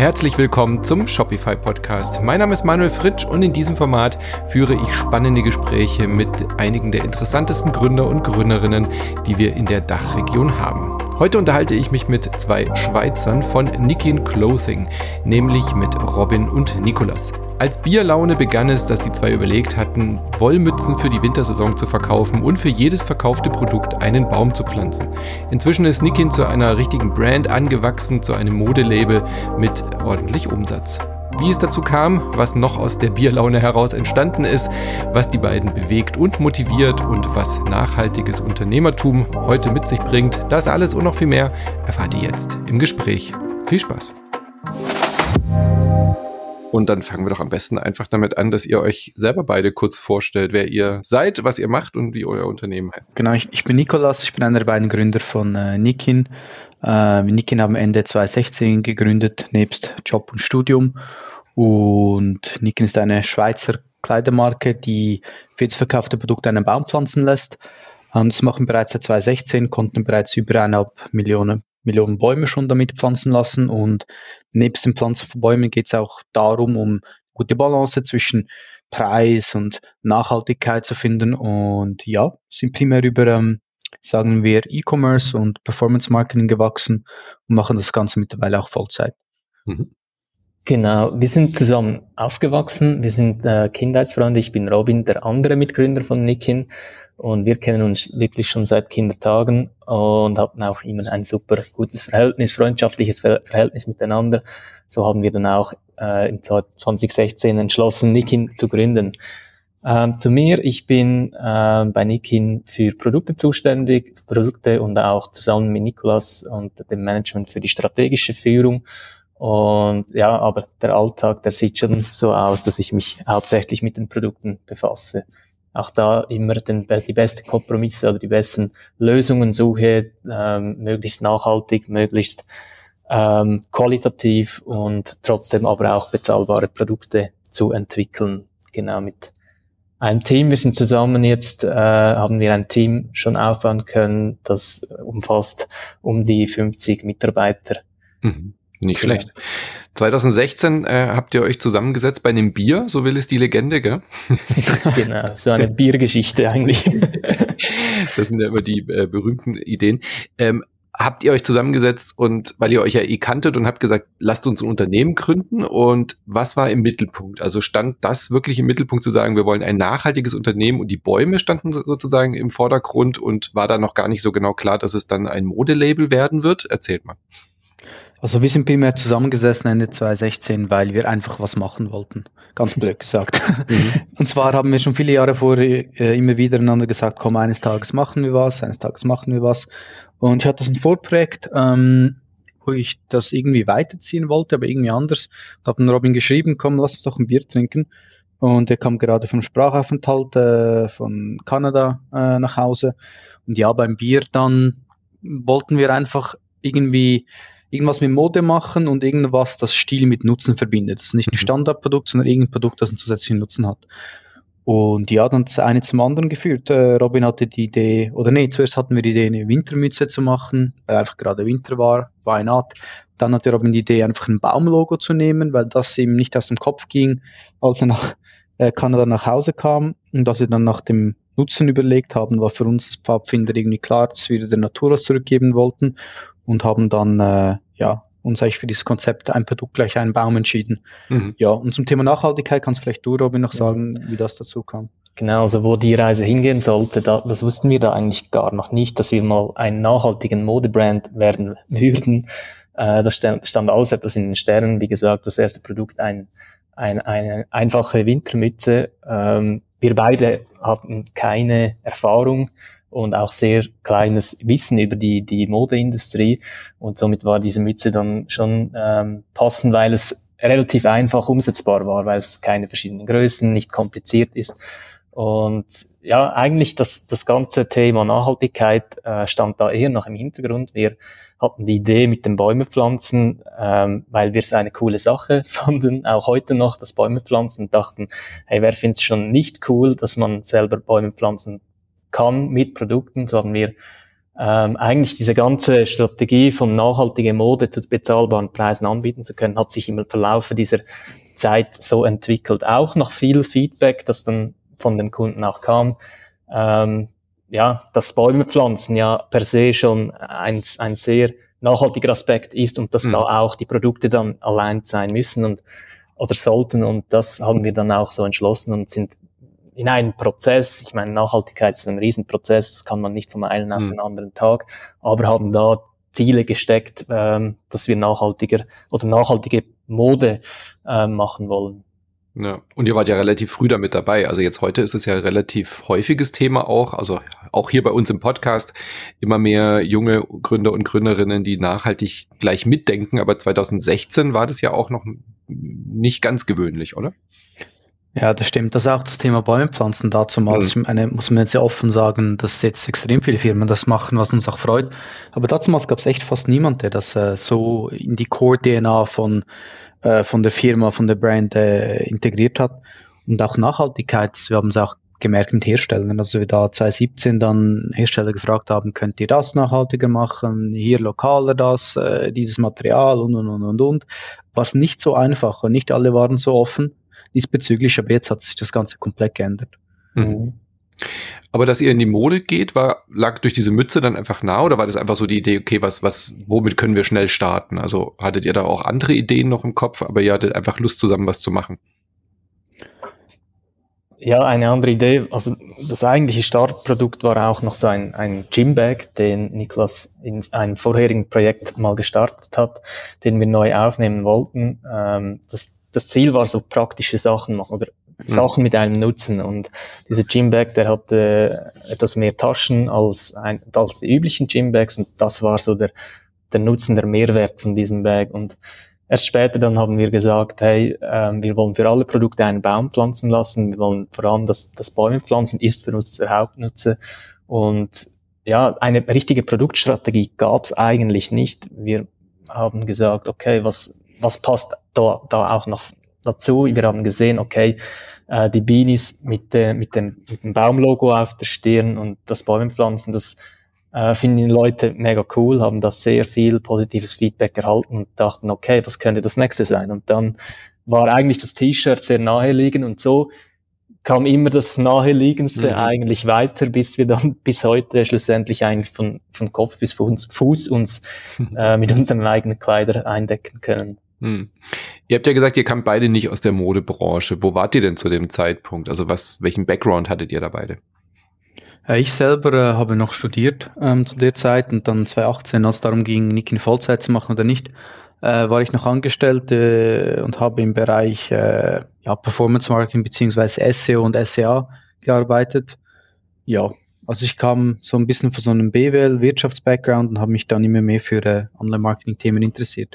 Herzlich willkommen zum Shopify Podcast. Mein Name ist Manuel Fritsch und in diesem Format führe ich spannende Gespräche mit einigen der interessantesten Gründer und Gründerinnen, die wir in der Dachregion haben. Heute unterhalte ich mich mit zwei Schweizern von Nikin Clothing, nämlich mit Robin und Nicolas. Als Bierlaune begann es, dass die zwei überlegt hatten, Wollmützen für die Wintersaison zu verkaufen und für jedes verkaufte Produkt einen Baum zu pflanzen. Inzwischen ist Nikin zu einer richtigen Brand angewachsen, zu einem Modelabel mit ordentlich Umsatz. Wie es dazu kam, was noch aus der Bierlaune heraus entstanden ist, was die beiden bewegt und motiviert und was nachhaltiges Unternehmertum heute mit sich bringt, das alles und noch viel mehr erfahrt ihr jetzt im Gespräch. Viel Spaß! Und dann fangen wir doch am besten einfach damit an, dass ihr euch selber beide kurz vorstellt, wer ihr seid, was ihr macht und wie euer Unternehmen heißt. Genau, ich bin Nicolas, ich bin einer der beiden Gründer von Nikin. Nikin haben Ende 2016 gegründet, nebst Job und Studium. Und Nikin ist eine Schweizer Kleidermarke, die für jedes verkaufte Produkt einen Baum pflanzen lässt. Das machen wir bereits seit 2016, konnten bereits über 1,5 Millionen Bäume schon damit pflanzen lassen. Und nebst dem Pflanzen von Bäumen geht es auch darum, um gute Balance zwischen Preis und Nachhaltigkeit zu finden. Und ja, sind primär über, sagen wir, E-Commerce und Performance Marketing gewachsen und machen das Ganze mittlerweile auch Vollzeit. Mhm. Genau, wir sind zusammen aufgewachsen, wir sind Kindheitsfreunde, ich bin Robin, der andere Mitgründer von Nikin, und wir kennen uns wirklich schon seit Kindertagen und hatten auch immer ein super gutes Verhältnis, freundschaftliches Verhältnis miteinander. So haben wir dann auch im 2016 entschlossen, Nikin zu gründen. Zu mir, ich bin bei Nikin für Produkte zuständig, Produkte und auch zusammen mit Nicolas und dem Management für die strategische Führung. Und ja, aber der Alltag, der sieht schon so aus, dass ich mich hauptsächlich mit den Produkten befasse. Auch da immer die besten Kompromisse oder die besten Lösungen suche, möglichst nachhaltig, möglichst qualitativ und trotzdem aber auch bezahlbare Produkte zu entwickeln. Genau, mit einem Team. Wir sind zusammen jetzt, haben wir ein Team schon aufbauen können, das umfasst um die 50 Mitarbeiter. Mhm. Nicht schlecht. 2016 habt ihr euch zusammengesetzt bei einem Bier, so will es die Legende, gell? Genau, so eine Biergeschichte eigentlich. Das sind ja immer die berühmten Ideen. Habt ihr euch zusammengesetzt und weil ihr euch ja kanntet und habt gesagt, lasst uns ein Unternehmen gründen, und was war im Mittelpunkt? Also stand das wirklich im Mittelpunkt, zu sagen, wir wollen ein nachhaltiges Unternehmen, und die Bäume standen sozusagen im Vordergrund, und war da noch gar nicht so genau klar, dass es dann ein Modelabel werden wird? Erzählt mal. Also wir sind primär zusammengesessen Ende 2016, weil wir einfach was machen wollten. Ganz blöd gesagt. Und zwar haben wir schon viele Jahre vorher immer wieder einander gesagt, komm, eines Tages machen wir was. Und ich hatte so ein Vorprojekt, wo ich das irgendwie weiterziehen wollte, aber irgendwie anders. Ich habe Robin geschrieben, komm, lass uns doch ein Bier trinken. Und er kam gerade vom Sprachaufenthalt von Kanada nach Hause. Und ja, beim Bier dann wollten wir einfach irgendwas mit Mode machen und irgendwas, das Stil mit Nutzen verbindet. Das ist nicht ein Standardprodukt, sondern irgendein Produkt, das einen zusätzlichen Nutzen hat. Und ja, dann das eine zum anderen geführt. Robin hatte die Idee, zuerst hatten wir die Idee, eine Wintermütze zu machen, weil einfach gerade Winter war, why not? Dann hatte Robin die Idee, einfach ein Baumlogo zu nehmen, weil das ihm nicht aus dem Kopf ging, als er nach Kanada nach Hause kam. Und als wir dann nach dem Nutzen überlegt haben, war für uns als Pfadfinder irgendwie klar, dass wir der Natur was zurückgeben wollten, und haben dann uns eigentlich für dieses Konzept ein Produkt gleich einen Baum entschieden. Mhm. Ja, und zum Thema Nachhaltigkeit kannst vielleicht du, Robin, noch sagen, wie das dazu kam. Genau, also wo die Reise hingehen sollte, das wussten wir da eigentlich gar noch nicht, dass wir mal einen nachhaltigen Modebrand werden würden. Das stand alles etwas in den Sternen. Wie gesagt, das erste Produkt, eine einfache Wintermütze. Wir beide hatten keine Erfahrung und auch sehr kleines Wissen über die Modeindustrie, und somit war diese Mütze dann schon passend, weil es relativ einfach umsetzbar war, weil es keine verschiedenen Größen, nicht kompliziert ist. Und ja, eigentlich das ganze Thema Nachhaltigkeit stand da eher noch im Hintergrund. Wir hatten die Idee mit dem Bäume pflanzen, weil wir es eine coole Sache fanden, auch heute noch das Bäume pflanzen, und dachten, hey, wer findet es schon nicht cool, dass man selber Bäume pflanzen kann mit Produkten. So haben wir eigentlich diese ganze Strategie von nachhaltiger Mode zu bezahlbaren Preisen anbieten zu können, hat sich im Verlauf dieser Zeit so entwickelt. Auch nach viel Feedback, das dann von den Kunden auch kam, dass Bäume pflanzen ja per se schon ein sehr nachhaltiger Aspekt ist und dass da auch die Produkte dann allein sein müssen oder sollten, und das haben wir dann auch so entschlossen und sind in einem Prozess. Ich meine, Nachhaltigkeit ist ein Riesenprozess, das kann man nicht vom einen auf den anderen Tag, aber haben da Ziele gesteckt, dass wir nachhaltige Mode machen wollen. Ja, und ihr wart ja relativ früh damit dabei. Also jetzt heute ist es ja ein relativ häufiges Thema auch. Also auch hier bei uns im Podcast immer mehr junge Gründer und Gründerinnen, die nachhaltig gleich mitdenken. Aber 2016 war das ja auch noch nicht ganz gewöhnlich, oder? Ja, das stimmt. Das ist auch das Thema Bäume pflanzen dazumals. Ich meine, muss man jetzt ja offen sagen, dass jetzt extrem viele Firmen das machen, was uns auch freut. Aber dazumals gab es echt fast niemand, der das so in die Core-DNA von der Firma, von der Brand integriert hat. Und auch Nachhaltigkeit, wir haben es auch gemerkt mit Herstellern. Also wir da 2017 dann Hersteller gefragt haben, könnt ihr das nachhaltiger machen, hier lokaler das, dieses Material und. War es nicht so einfach und nicht alle waren so offen diesbezüglich, aber jetzt hat sich das Ganze komplett geändert. Mhm. Aber dass ihr in die Mode geht, lag durch diese Mütze dann einfach nah, oder war das einfach so die Idee, okay, womit können wir schnell starten? Also hattet ihr da auch andere Ideen noch im Kopf, aber ihr hattet einfach Lust, zusammen was zu machen? Ja, eine andere Idee. Also das eigentliche Startprodukt war auch noch so ein Gymbag, den Niklas in einem vorherigen Projekt mal gestartet hat, den wir neu aufnehmen wollten. Das Ziel war so praktische Sachen machen oder Sachen mit einem Nutzen. Und dieser Gymbag, der hatte etwas mehr Taschen als die üblichen Gymbags, und das war so der Nutzen, der Mehrwert von diesem Bag. Und erst später dann haben wir gesagt, hey, wir wollen für alle Produkte einen Baum pflanzen lassen. Wir wollen vor allem das Bäume pflanzen ist für uns der Hauptnutze. Und ja, eine richtige Produktstrategie gab es eigentlich nicht. Wir haben gesagt, okay, was passt da auch noch dazu? Wir haben gesehen, okay, die Beanies mit dem Baumlogo auf der Stirn und das Bäumenpflanzen, das finden die Leute mega cool, haben da sehr viel positives Feedback erhalten und dachten, okay, was könnte das nächste sein? Und dann war eigentlich das T-Shirt sehr naheliegend, und so kam immer das Naheliegendste eigentlich weiter, bis wir dann bis heute schlussendlich eigentlich von Kopf bis Fuß uns mit unseren eigenen Kleidern eindecken können. Ihr habt ja gesagt, ihr kamt beide nicht aus der Modebranche. Wo wart ihr denn zu dem Zeitpunkt? Also welchen Background hattet ihr da beide? Ich selber habe noch studiert zu der Zeit, und dann 2018, als es darum ging, Nick in Vollzeit zu machen oder nicht, war ich noch angestellt und habe im Bereich Performance Marketing bzw. SEO und SEA gearbeitet. Ja, also ich kam so ein bisschen von so einem BWL-Wirtschafts-Background und habe mich dann immer mehr für Online-Marketing-Themen interessiert.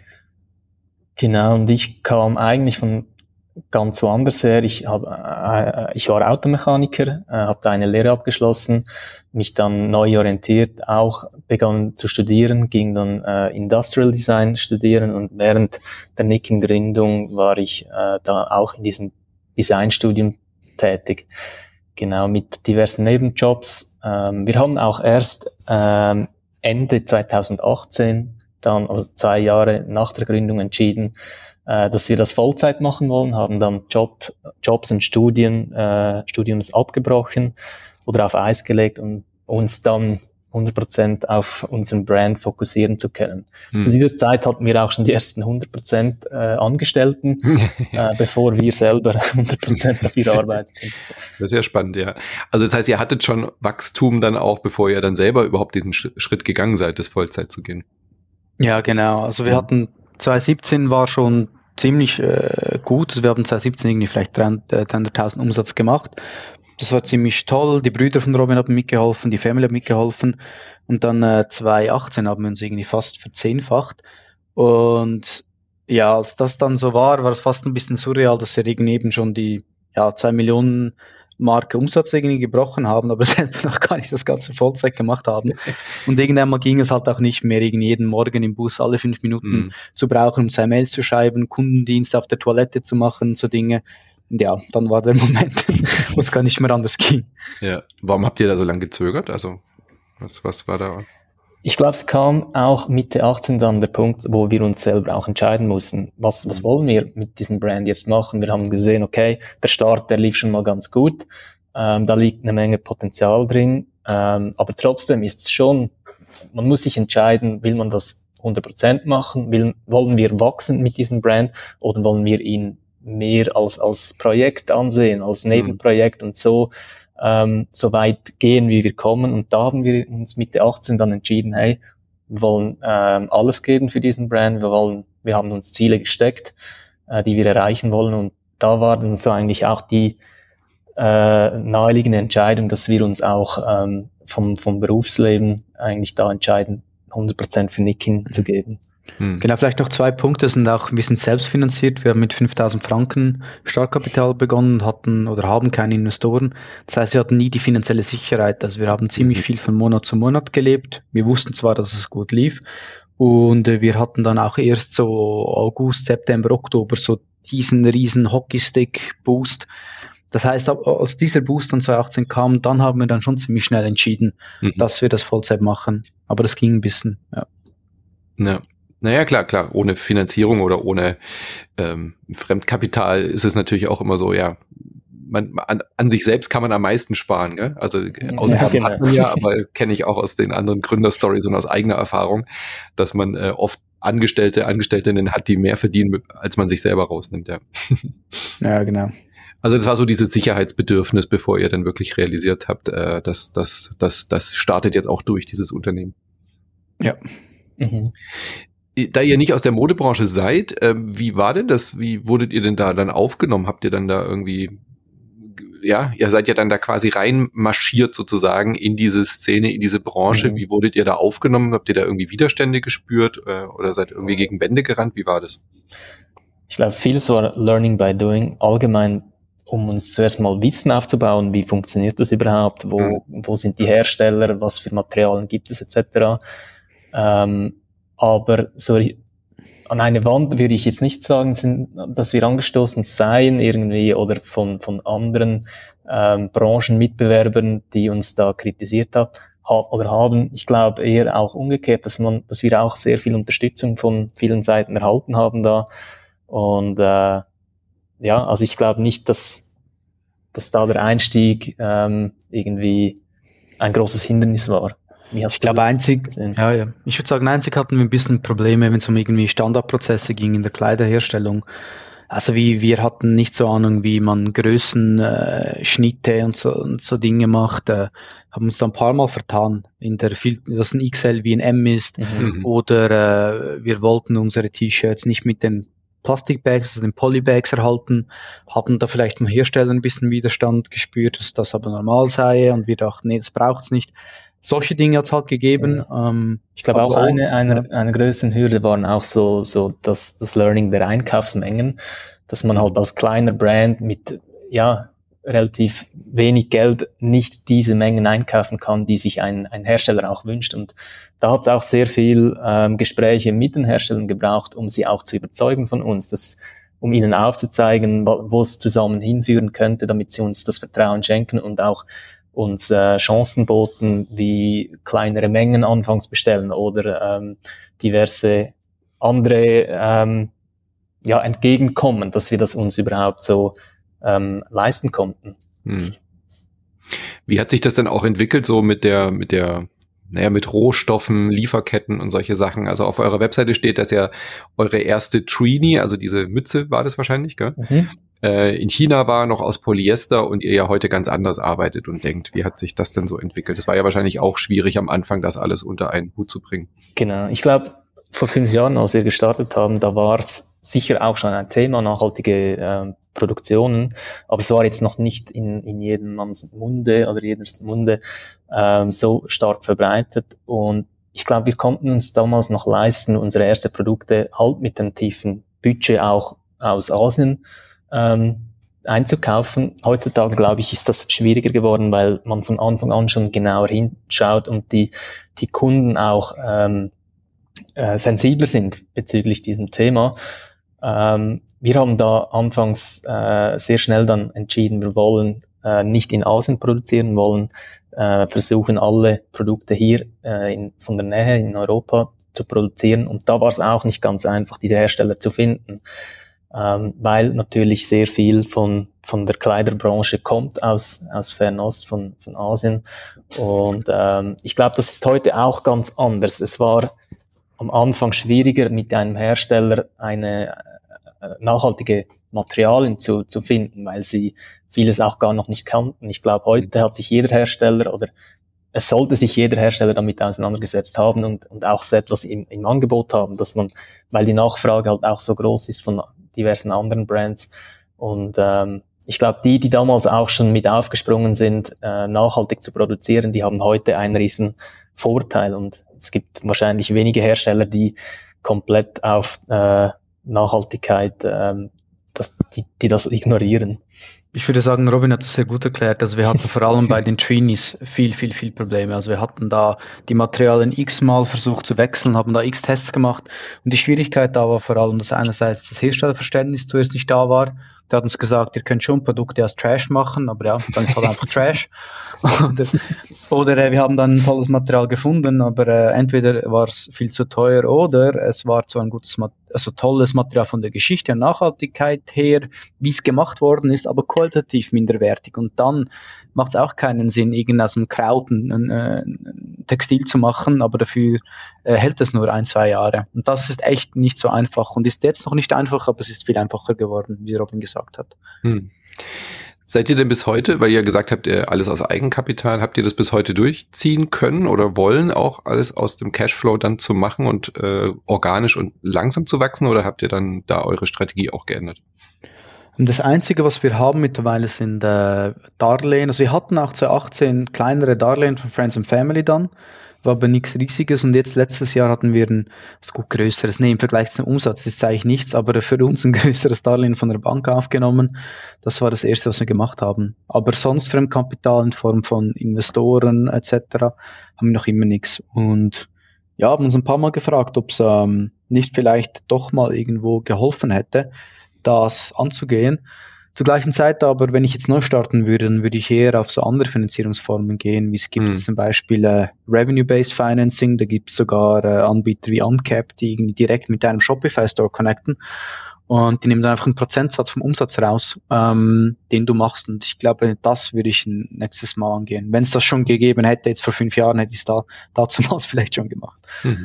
Genau, und ich kam eigentlich von ganz woanders her. Ich war Automechaniker, habe da eine Lehre abgeschlossen, mich dann neu orientiert, auch begann zu studieren, ging dann Industrial Design studieren, und während der Nicken-Gründung war ich da auch in diesem Designstudium tätig. Genau, mit diversen Nebenjobs. Wir haben auch erst Ende 2018 dann, also 2 Jahre nach der Gründung, entschieden, dass wir das Vollzeit machen wollen, haben dann Jobs und Studiums abgebrochen oder auf Eis gelegt, um uns dann 100% auf unseren Brand fokussieren zu können. Zu dieser Zeit hatten wir auch schon die ersten 100% Angestellten, bevor wir selber 100% dafür arbeiteten. Das ist ja spannend, ja. Also das heißt, ihr hattet schon Wachstum dann auch, bevor ihr dann selber überhaupt diesen Schritt gegangen seid, das Vollzeit zu gehen. Ja, genau. Also wir hatten 2017 war schon ziemlich gut. Also wir haben 2017 irgendwie vielleicht 300.000 Umsatz gemacht. Das war ziemlich toll. Die Brüder von Robin haben mitgeholfen, die Family hat mitgeholfen. Und dann 2018 haben wir uns irgendwie fast verzehnfacht. Und ja, als das dann so war es fast ein bisschen surreal, dass wir irgendwie eben schon die 2 Millionen Marke Umsatz irgendwie gebrochen haben, aber selbst noch gar nicht das ganze Vollzeit gemacht haben. Und irgendwann mal ging es halt auch nicht mehr, irgendwie jeden Morgen im Bus alle 5 Minuten zu brauchen, um seine Mails zu schreiben, Kundendienst auf der Toilette zu machen, so Dinge. Und ja, dann war der Moment, wo es gar nicht mehr anders ging. Ja, warum habt ihr da so lange gezögert? Also Was war da? Ich glaube, es kam auch Mitte 18 dann der Punkt, wo wir uns selber auch entscheiden mussten, was wollen wir mit diesem Brand jetzt machen. Wir haben gesehen, okay, der Start, der lief schon mal ganz gut, da liegt eine Menge Potenzial drin, aber trotzdem ist es schon, man muss sich entscheiden, will man das 100% machen, wollen wir wachsen mit diesem Brand oder wollen wir ihn mehr als Projekt ansehen, als Nebenprojekt und so weit gehen, wie wir kommen. Und da haben wir uns Mitte 18 dann entschieden, hey, wir wollen alles geben für diesen Brand, wir haben uns Ziele gesteckt, die wir erreichen wollen. Und da war dann so eigentlich auch die naheliegende Entscheidung, dass wir uns auch vom Berufsleben eigentlich da entscheiden, 100% für Nikin zu geben. Genau, vielleicht noch 2 Punkte sind auch, wir sind selbst finanziert, wir haben mit 5.000 Franken Startkapital begonnen und haben keine Investoren. Das heißt, wir hatten nie die finanzielle Sicherheit, also wir haben ziemlich viel von Monat zu Monat gelebt. Wir wussten zwar, dass es gut lief und wir hatten dann auch erst so August, September, Oktober so diesen riesen Hockeystick-Boost. Das heißt, als dieser Boost dann 2018 kam, dann haben wir dann schon ziemlich schnell entschieden, dass wir das Vollzeit machen. Aber das ging ein bisschen, ja. Ja. Naja, klar, ohne Finanzierung oder ohne Fremdkapital ist es natürlich auch immer so, ja, an sich selbst kann man am meisten sparen, gell? Also Ausgaben hat man ja, aber kenne ich auch aus den anderen Gründerstories und aus eigener Erfahrung, dass man oft Angestelltinnen hat, die mehr verdienen, als man sich selber rausnimmt, ja. Ja, genau. Also das war so dieses Sicherheitsbedürfnis, bevor ihr dann wirklich realisiert habt, das startet jetzt auch durch, dieses Unternehmen. Ja. Da ihr nicht aus der Modebranche seid, wie war denn das? Wie wurdet ihr denn da dann aufgenommen? Habt ihr dann da irgendwie, ja, ihr seid ja dann da quasi reinmarschiert sozusagen in diese Szene, in diese Branche. Wie wurdet ihr da aufgenommen? Habt ihr da irgendwie Widerstände gespürt oder seid irgendwie gegen Wände gerannt? Wie war das? Ich glaube, viel so Learning by Doing, allgemein, um uns zuerst mal Wissen aufzubauen, wie funktioniert das überhaupt, wo sind die Hersteller, was für Materialien gibt es etc. Aber so an eine Wand würde ich jetzt nicht sagen, dass wir angestoßen seien irgendwie oder von anderen Branchenmitbewerbern, die uns da kritisiert haben. Ich glaube eher auch umgekehrt, dass wir auch sehr viel Unterstützung von vielen Seiten erhalten haben da. Und also ich glaube nicht, dass da der Einstieg irgendwie ein großes Hindernis war. Ich glaube, ich würde sagen, einzig hatten wir ein bisschen Probleme, wenn es um irgendwie Standardprozesse ging in der Kleiderherstellung. Also wir hatten nicht so Ahnung, wie man Größen, Schnitte und so Dinge macht. Haben uns da ein paar Mal vertan, dass ein XL wie ein M ist. Oder wir wollten unsere T-Shirts nicht mit den Plastikbags, also den Polybags erhalten, haben da vielleicht vom Hersteller ein bisschen Widerstand gespürt, dass das aber normal sei und wir dachten, nee, das braucht's nicht. Solche Dinge hat es halt gegeben. Ja. Ich glaube auch eine größere Hürde waren auch so das Learning der Einkaufsmengen, dass man halt als kleiner Brand mit relativ wenig Geld nicht diese Mengen einkaufen kann, die sich ein Hersteller auch wünscht. Und da hat es auch sehr viel Gespräche mit den Herstellern gebraucht, um sie auch zu überzeugen von uns, um ihnen aufzuzeigen, wo es zusammen hinführen könnte, damit sie uns das Vertrauen schenken und auch uns Chancen boten, wie kleinere Mengen anfangs bestellen oder diverse andere entgegenkommen, dass wir das uns überhaupt so leisten konnten. Wie hat sich das denn auch entwickelt, so mit Rohstoffen, Lieferketten und solche Sachen? Also auf eurer Webseite steht, dass ja eure erste Trini, also diese Mütze war das wahrscheinlich, gell? In China war, noch aus Polyester und ihr ja heute ganz anders arbeitet und denkt. Wie hat sich das denn so entwickelt? Das war ja wahrscheinlich auch schwierig am Anfang, das alles unter einen Hut zu bringen. Genau. Ich glaube, vor 5 Jahren, als wir gestartet haben, da war es sicher auch schon ein Thema, nachhaltige Produktionen, aber es war jetzt noch nicht in jedemans Munde oder jeders Munde so stark verbreitet. Und ich glaube, wir konnten uns damals noch leisten, unsere ersten Produkte halt mit dem tiefen Budget auch aus Asien einzukaufen. Heutzutage, glaube ich, ist das schwieriger geworden, weil man von Anfang an schon genauer hinschaut und die Kunden auch sensibler sind bezüglich diesem Thema. Wir haben da anfangs sehr schnell dann entschieden, wir wollen nicht in Asien produzieren, wollen versuchen alle Produkte hier von der Nähe in Europa zu produzieren. Und da war es auch nicht ganz einfach, diese Hersteller zu finden, weil natürlich sehr viel von der Kleiderbranche kommt aus Fernost, von Asien. Und ich glaube, das ist heute auch ganz anders. Es war am Anfang schwieriger, mit einem Hersteller eine nachhaltige Materialien zu finden, weil sie vieles auch gar noch nicht kannten. Ich glaube, heute hat sich jeder Hersteller oder es sollte sich jeder Hersteller damit auseinandergesetzt haben und auch so etwas im Angebot haben, dass man, weil die Nachfrage halt auch so groß ist von diversen anderen Brands. Und ich glaube, die damals auch schon mit aufgesprungen sind, nachhaltig zu produzieren, die haben heute einen riesen Vorteil. Und es gibt wahrscheinlich wenige Hersteller, die komplett auf Nachhaltigkeit, die das ignorieren. Ich würde sagen, Robin hat das sehr gut erklärt. Also wir hatten vor allem bei den Trainees viel Probleme. Also wir hatten da die Materialien x-mal versucht zu wechseln, haben da x Tests gemacht. Und die Schwierigkeit da war vor allem, dass einerseits das Herstellerverständnis zuerst nicht da war. Der hat uns gesagt, ihr könnt schon Produkte aus Trash machen, aber ja, dann ist halt einfach Trash. Oder wir haben dann ein tolles Material gefunden, aber entweder war es viel zu teuer oder es war zwar ein tolles Material von der Geschichte und Nachhaltigkeit her, wie es gemacht worden ist, aber qualitativ minderwertig. Und dann macht es auch keinen Sinn, aus dem Kraut ein Textil zu machen, aber dafür hält es nur 1-2 Jahre. Und das ist echt nicht so einfach und ist jetzt noch nicht einfach, aber es ist viel einfacher geworden, wie Robin gesagt hat. Seid ihr denn bis heute, weil ihr gesagt habt, ihr alles aus Eigenkapital, habt ihr das bis heute durchziehen können oder wollen auch alles aus dem Cashflow dann zu machen und organisch und langsam zu wachsen, oder habt ihr dann da eure Strategie auch geändert? Und das Einzige, was wir haben mittlerweile, sind Darlehen. Also wir hatten auch 2018 kleinere Darlehen von Friends and Family dann, war aber nichts Riesiges. Und jetzt letztes Jahr hatten wir ein größeres, im Vergleich zum Umsatz ist eigentlich nichts, aber für uns ein größeres Darlehen von der Bank aufgenommen. Das war das Erste, was wir gemacht haben. Aber sonst Fremdkapital in Form von Investoren etc. haben wir noch immer nichts. Und ja, haben uns ein paar Mal gefragt, ob es nicht vielleicht doch mal irgendwo geholfen hätte, das anzugehen. Zur gleichen Zeit aber, wenn ich jetzt neu starten würde, dann würde ich eher auf so andere Finanzierungsformen gehen, wie es gibt zum Beispiel Revenue-Based Financing, da gibt es sogar Anbieter wie Uncap, die irgendwie direkt mit deinem Shopify-Store connecten und die nehmen dann einfach einen Prozentsatz vom Umsatz raus, den du machst, und ich glaube, das würde ich nächstes Mal angehen. Wenn es das schon gegeben hätte, jetzt vor 5 Jahren, hätte ich es damals vielleicht schon gemacht.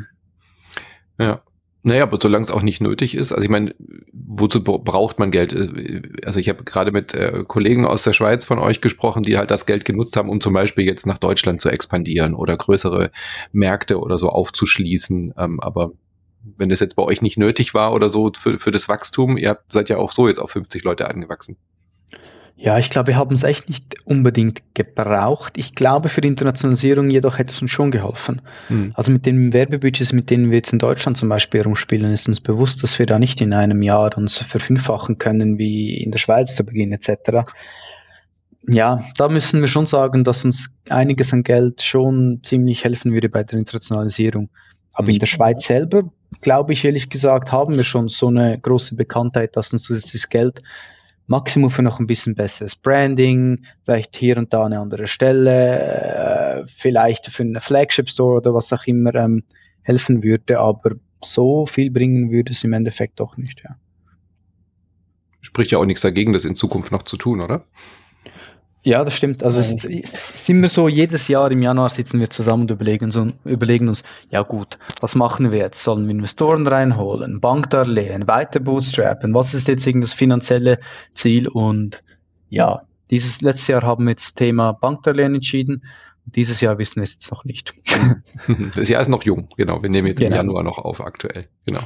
Ja. Naja, aber solange es auch nicht nötig ist, also ich meine, wozu braucht man Geld? Also ich habe gerade mit Kollegen aus der Schweiz von euch gesprochen, die halt das Geld genutzt haben, um zum Beispiel jetzt nach Deutschland zu expandieren oder größere Märkte oder so aufzuschließen. Aber wenn das jetzt bei euch nicht nötig war oder so für das Wachstum, ihr seid ja auch so jetzt auf 50 Leute angewachsen. Ja, ich glaube, wir haben es echt nicht unbedingt gebraucht. Ich glaube, für die Internationalisierung jedoch hätte es uns schon geholfen. Also mit den Werbebudgets, mit denen wir jetzt in Deutschland zum Beispiel rumspielen, ist uns bewusst, dass wir da nicht in einem Jahr uns verfünffachen können, wie in der Schweiz zu Beginn etc. Ja, da müssen wir schon sagen, dass uns einiges an Geld schon ziemlich helfen würde bei der Internationalisierung. Aber in der Schweiz selber, glaube ich, ehrlich gesagt, haben wir schon so eine große Bekanntheit, dass uns zusätzliches Geld Maximum für noch ein bisschen besseres Branding, vielleicht hier und da eine andere Stelle, vielleicht für einen Flagship-Store oder was auch immer helfen würde, aber so viel bringen würde es im Endeffekt doch nicht, ja. Spricht ja auch nichts dagegen, das in Zukunft noch zu tun, oder? Ja, das stimmt. Also es ist immer so, jedes Jahr im Januar sitzen wir zusammen und überlegen uns, ja gut, was machen wir jetzt? Sollen wir Investoren reinholen, Bankdarlehen, weiter bootstrappen? Was ist jetzt das finanzielle Ziel? Und ja, dieses letzte Jahr haben wir jetzt das Thema Bankdarlehen entschieden. Dieses Jahr wissen wir es jetzt noch nicht. Das Jahr ist noch jung, genau. Wir nehmen jetzt im Januar noch auf aktuell. Genau.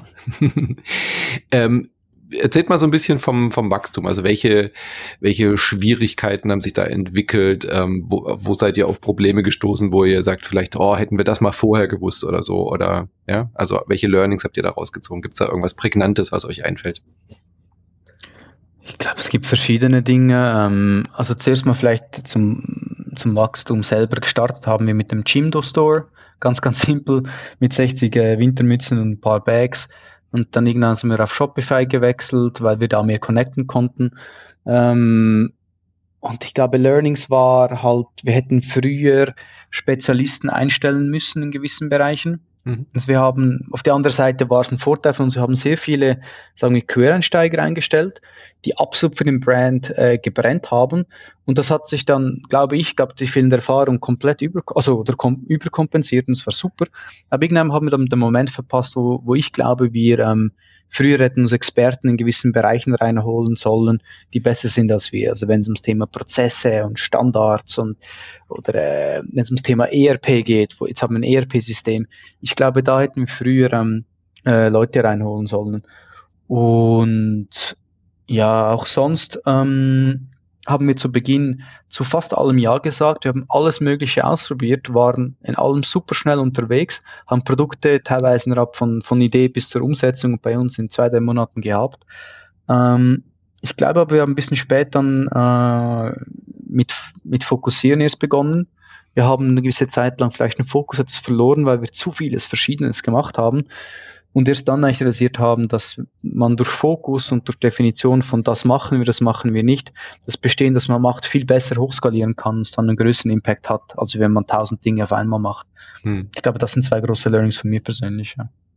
Erzählt mal so ein bisschen vom Wachstum. Also welche Schwierigkeiten haben sich da entwickelt? Wo seid ihr auf Probleme gestoßen, wo ihr sagt, vielleicht, hätten wir das mal vorher gewusst oder so? Oder ja, also welche Learnings habt ihr da rausgezogen? Gibt es da irgendwas Prägnantes, was euch einfällt? Ich glaube, es gibt verschiedene Dinge. Also zuerst mal vielleicht zum Wachstum selber gestartet haben wir mit dem Jimdo Store. Ganz, ganz simpel, mit 60 Wintermützen und ein paar Bags. Und dann irgendwann sind wir auf Shopify gewechselt, weil wir da mehr connecten konnten. Und ich glaube, Learnings war halt, wir hätten früher Spezialisten einstellen müssen in gewissen Bereichen. Also wir haben, auf der anderen Seite war es ein Vorteil von uns, wir haben sehr viele, sagen wir, Quereinsteiger eingestellt, die absolut für den Brand gebrannt haben. Und das hat sich dann, die fehlende Erfahrung komplett überkompensiert und es war super. Aber irgendwann haben wir dann den Moment verpasst, wo ich glaube, wir früher hätten uns Experten in gewissen Bereichen reinholen sollen, die besser sind als wir. Also wenn es ums Thema Prozesse und Standards oder wenn es ums Thema ERP geht, jetzt haben wir ein ERP-System. Ich glaube, da hätten wir früher Leute reinholen sollen. Und ja, auch sonst haben wir zu Beginn zu fast allem Ja gesagt. Wir haben alles Mögliche ausprobiert, waren in allem super schnell unterwegs, haben Produkte teilweise innerhalb von Idee bis zur Umsetzung bei uns in 2-3 Monaten gehabt. Ich glaube aber, wir haben ein bisschen später dann mit Fokussieren erst begonnen. Wir haben eine gewisse Zeit lang vielleicht den Fokus etwas verloren, weil wir zu vieles Verschiedenes gemacht haben. Und erst dann eigentlich realisiert haben, dass man durch Fokus und durch Definition von das machen wir nicht, das Bestehen, das man macht, viel besser hochskalieren kann und es dann einen größeren Impact hat, als wenn man 1000 Dinge auf einmal macht. Ich glaube, das sind 2 große Learnings von mir persönlich.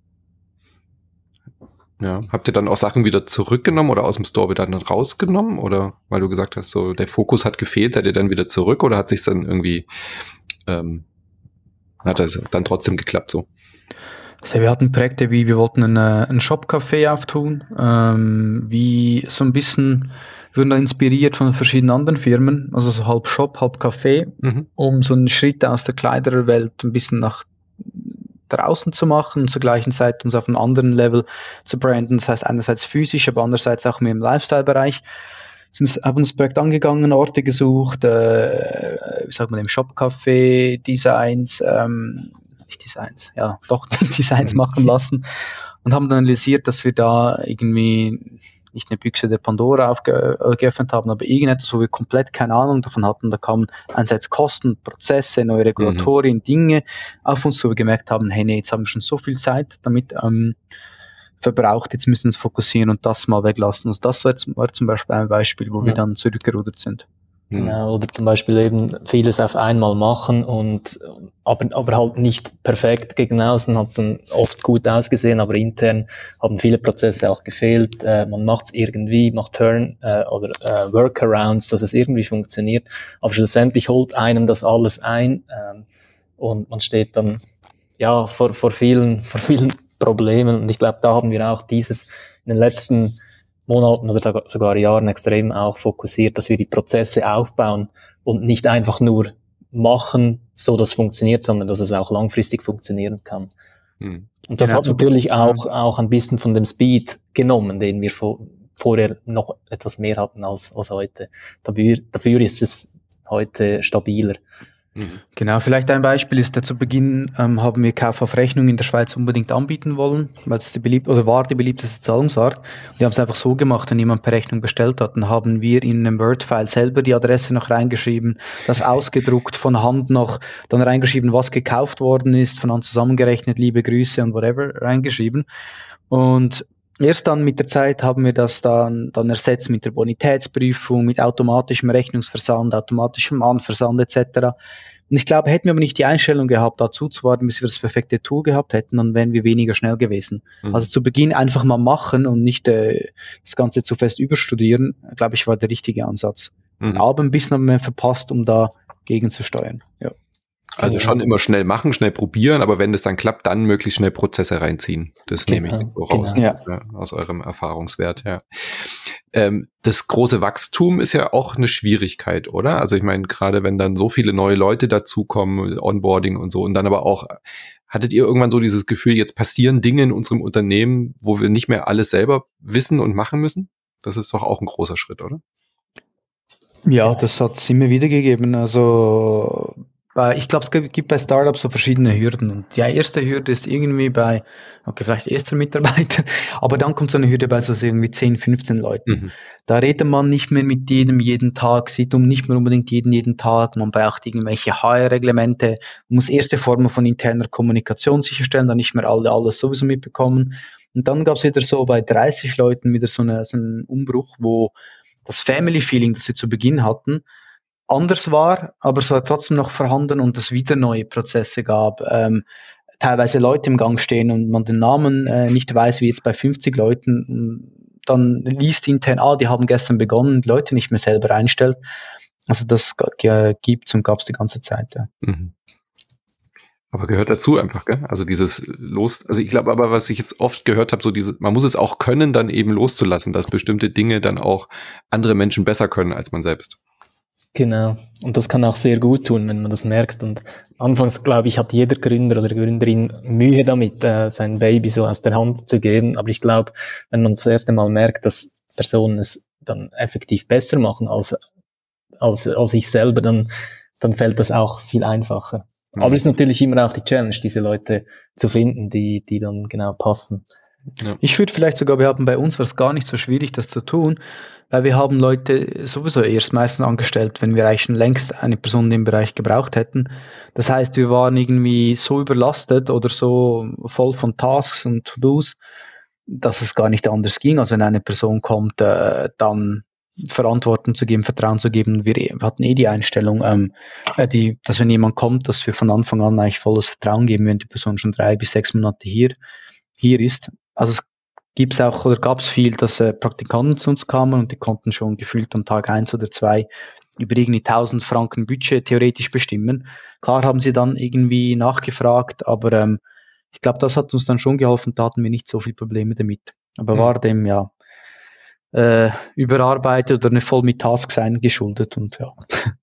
Ja. Habt ihr dann auch Sachen wieder zurückgenommen oder aus dem Store wieder dann rausgenommen? Oder weil du gesagt hast, so der Fokus hat gefehlt, seid ihr dann wieder zurück oder hat sich dann irgendwie, hat das dann trotzdem geklappt so? Also wir hatten Projekte wie, wir wollten ein Shop-Café auftun, wie so ein bisschen, wir wurden da inspiriert von verschiedenen anderen Firmen, also so halb Shop, halb Café, um so einen Schritt aus der Kleiderwelt ein bisschen nach draußen zu machen und zur gleichen Zeit uns auf einem anderen Level zu branden. Das heißt einerseits physisch, aber andererseits auch mehr im Lifestyle-Bereich. Haben das Projekt angegangen, Orte gesucht, im Shop-Café, Designs, Designs machen lassen und haben dann analysiert, dass wir da irgendwie nicht eine Büchse der Pandora geöffnet haben, aber irgendetwas, wo wir komplett keine Ahnung davon hatten. Da kamen einerseits Kosten, Prozesse, neue Regulatorien, Dinge auf uns, wo wir gemerkt haben, hey, nee, jetzt haben wir schon so viel Zeit damit verbraucht, jetzt müssen wir uns fokussieren und das mal weglassen. Also das war zum Beispiel ein Beispiel, wo wir dann zurückgerudert sind. Ja, oder zum Beispiel eben vieles auf einmal machen und aber halt nicht perfekt. Gegen außen hat es dann oft gut ausgesehen, aber intern haben viele Prozesse auch gefehlt. Man macht es irgendwie, macht oder Workarounds, dass es irgendwie funktioniert. Aber schlussendlich holt einem das alles ein und man steht dann vor vielen Problemen. Und ich glaube, da haben wir auch dieses in den letzten Monaten oder sogar Jahren extrem auch fokussiert, dass wir die Prozesse aufbauen und nicht einfach nur machen, so dass es funktioniert, sondern dass es auch langfristig funktionieren kann. Und das hat natürlich auch ein bisschen von dem Speed genommen, den wir vorher noch etwas mehr hatten als heute. Dafür ist es heute stabiler. Genau, vielleicht ein Beispiel ist, zu Beginn haben wir Kauf auf Rechnung in der Schweiz unbedingt anbieten wollen, weil es war die beliebteste Zahlungsart. Wir haben es einfach so gemacht, wenn jemand per Rechnung bestellt hat, dann haben wir in einem Word-File selber die Adresse noch reingeschrieben, das ausgedruckt, von Hand noch dann reingeschrieben, was gekauft worden ist, von Hand zusammengerechnet, liebe Grüße und whatever reingeschrieben. Und erst dann mit der Zeit haben wir das dann ersetzt mit der Bonitätsprüfung, mit automatischem Rechnungsversand, automatischem Anversand etc. Und ich glaube, hätten wir aber nicht die Einstellung gehabt, dazu zu warten, bis wir das perfekte Tool gehabt hätten, dann wären wir weniger schnell gewesen. Also zu Beginn einfach mal machen und nicht das Ganze zu fest überstudieren, glaube ich, war der richtige Ansatz. Aber ein bisschen haben wir verpasst, um da gegenzusteuern. Ja. Also schon immer schnell machen, schnell probieren, aber wenn es dann klappt, dann möglichst schnell Prozesse reinziehen. Das nehme ich jetzt so raus aus eurem Erfahrungswert. Ja. Das große Wachstum ist ja auch eine Schwierigkeit, oder? Also ich meine, gerade wenn dann so viele neue Leute dazukommen, Onboarding und so, und dann aber auch, hattet ihr irgendwann so dieses Gefühl, jetzt passieren Dinge in unserem Unternehmen, wo wir nicht mehr alles selber wissen und machen müssen? Das ist doch auch ein großer Schritt, oder? Ja, das hat es immer wieder gegeben. Also ich glaube, es gibt bei Startups so verschiedene Hürden. Und die erste Hürde ist irgendwie vielleicht erster Mitarbeiter, aber dann kommt so eine Hürde bei so irgendwie 10, 15 Leuten. Da redet man nicht mehr mit jedem jeden Tag, sieht nicht mehr unbedingt jeden Tag. Man braucht irgendwelche HR-Reglemente, man muss erste Formen von interner Kommunikation sicherstellen, da nicht mehr alle alles sowieso mitbekommen. Und dann gab es wieder so bei 30 Leuten wieder so einen Umbruch, wo das Family-Feeling, das wir zu Beginn hatten, anders war, aber es war trotzdem noch vorhanden und es wieder neue Prozesse gab. Teilweise Leute im Gang stehen und man den Namen nicht weiß, wie jetzt bei 50 Leuten, dann liest intern, die haben gestern begonnen, die Leute nicht mehr selber einstellt. Also das gibt's und gab's die ganze Zeit, ja. Mhm. Aber gehört dazu einfach, gell? Also dieses also ich glaube aber, was ich jetzt oft gehört habe, so man muss es auch können, dann eben loszulassen, dass bestimmte Dinge dann auch andere Menschen besser können als man selbst. Genau. Und das kann auch sehr gut tun, wenn man das merkt. Und anfangs, glaube ich, hat jeder Gründer oder Gründerin Mühe damit, sein Baby so aus der Hand zu geben. Aber ich glaube, wenn man das erste Mal merkt, dass Personen es dann effektiv besser machen als ich selber, dann fällt das auch viel einfacher. Mhm. Aber es ist natürlich immer auch die Challenge, diese Leute zu finden, die dann genau passen. Ja. Ich würde vielleicht sogar behaupten, bei uns war es gar nicht so schwierig, das zu tun, weil wir haben Leute sowieso erst meistens angestellt, wenn wir eigentlich schon längst eine Person in dem Bereich gebraucht hätten. Das heißt, wir waren irgendwie so überlastet oder so voll von Tasks und To-Dos, dass es gar nicht anders ging, als wenn eine Person kommt, dann Verantwortung zu geben, Vertrauen zu geben. Wir hatten die Einstellung, dass wenn jemand kommt, dass wir von Anfang an eigentlich volles Vertrauen geben, wenn die Person schon 3 bis 6 Monate hier ist. Also es gab es viel, dass Praktikanten zu uns kamen und die konnten schon gefühlt am Tag 1 oder 2 über irgendwie 1000 Franken Budget theoretisch bestimmen. Klar haben sie dann irgendwie nachgefragt, aber ich glaube, das hat uns dann schon geholfen, da hatten wir nicht so viele Probleme damit. Aber war dem überarbeitet oder voll mit Tasks eingeschuldet und ja.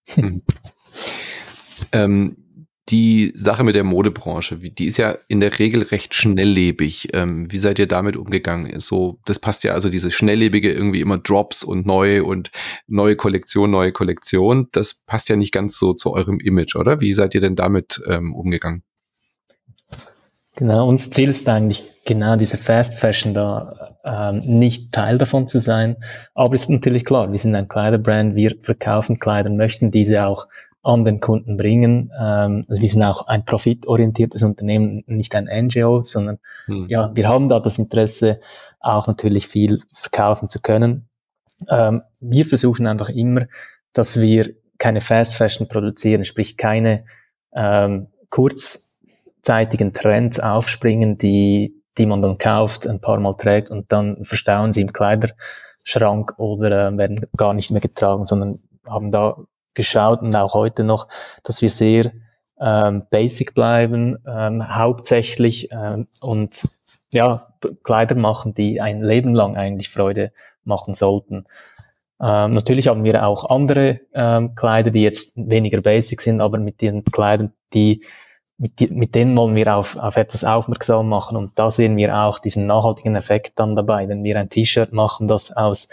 Die Sache mit der Modebranche, die ist ja in der Regel recht schnelllebig. Wie seid ihr damit umgegangen? Das passt ja, also dieses Schnelllebige, irgendwie immer Drops und neue Kollektion, das passt ja nicht ganz so zu eurem Image, oder? Wie seid ihr denn damit umgegangen? Genau, unser Ziel ist eigentlich genau diese Fast Fashion da, nicht Teil davon zu sein. Aber es ist natürlich klar, wir sind ein Kleiderbrand, wir verkaufen Kleider, möchten diese auch an den Kunden bringen. Also wir sind auch ein profitorientiertes Unternehmen, nicht ein NGO, sondern wir haben da das Interesse, auch natürlich viel verkaufen zu können. Wir versuchen einfach immer, dass wir keine Fast Fashion produzieren, sprich keine kurzzeitigen Trends aufspringen, die man dann kauft, ein paar Mal trägt und dann verstauen sie im Kleiderschrank oder werden gar nicht mehr getragen, sondern haben da geschaut und auch heute noch, dass wir sehr basic bleiben, hauptsächlich und Kleider machen, die ein Leben lang eigentlich Freude machen sollten. Natürlich haben wir auch andere Kleider, die jetzt weniger basic sind, aber mit den Kleidern, mit denen wollen wir auf etwas aufmerksam machen und da sehen wir auch diesen nachhaltigen Effekt dann dabei. Wenn wir ein T-Shirt machen, das aus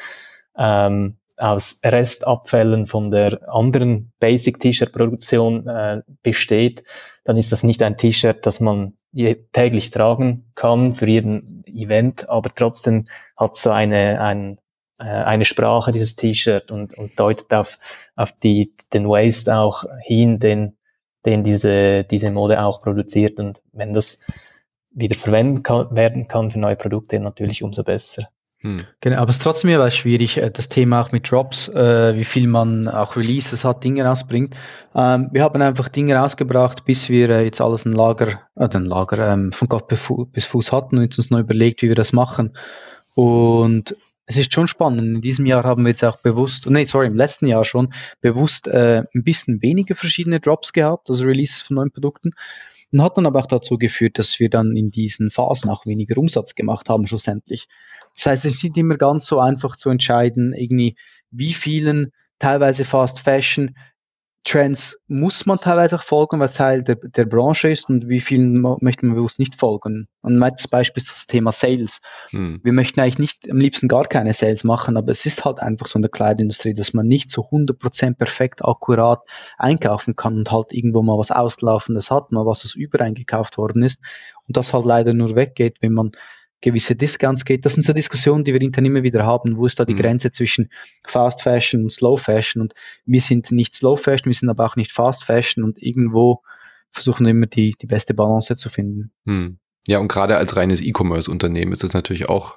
Restabfällen von der anderen Basic-T-Shirt-Produktion besteht, dann ist das nicht ein T-Shirt, das man täglich tragen kann für jeden Event, aber trotzdem hat so eine Sprache, dieses T-Shirt und deutet auf den Waste auch hin, den diese Mode auch produziert. Und wenn das wieder verwendet werden kann für neue Produkte, natürlich umso besser. Genau, aber es ist trotzdem ja schwierig, das Thema auch mit Drops, wie viel man auch Releases hat, Dinge rausbringt. Wir haben einfach Dinge rausgebracht, bis wir jetzt alles ein Lager von Kopf bis Fuß hatten und uns neu überlegt, wie wir das machen. Und es ist schon spannend. In diesem Jahr haben wir jetzt auch im letzten Jahr schon bewusst ein bisschen weniger verschiedene Drops gehabt, also Releases von neuen Produkten. Und hat dann aber auch dazu geführt, dass wir dann in diesen Phasen auch weniger Umsatz gemacht haben, schlussendlich. Das heißt, es ist nicht immer ganz so einfach zu entscheiden, irgendwie, wie vielen teilweise Fast Fashion Trends muss man teilweise auch folgen, was Teil der Branche ist und wie vielen möchte man bewusst nicht folgen. Und mein Beispiel ist das Thema Sales. Wir möchten eigentlich nicht, am liebsten gar keine Sales machen, aber es ist halt einfach so in der Kleidindustrie, dass man nicht so 100% perfekt, akkurat einkaufen kann und halt irgendwo mal was Auslaufendes hat, mal was übereingekauft worden ist und das halt leider nur weggeht, wenn man gewisse Discounts geht. Das sind so Diskussionen, die wir intern immer wieder haben. Wo ist da die Grenze zwischen Fast Fashion und Slow Fashion? Und wir sind nicht Slow Fashion, wir sind aber auch nicht Fast Fashion und irgendwo versuchen wir immer die beste Balance zu finden. Ja, und gerade als reines E-Commerce-Unternehmen ist es natürlich auch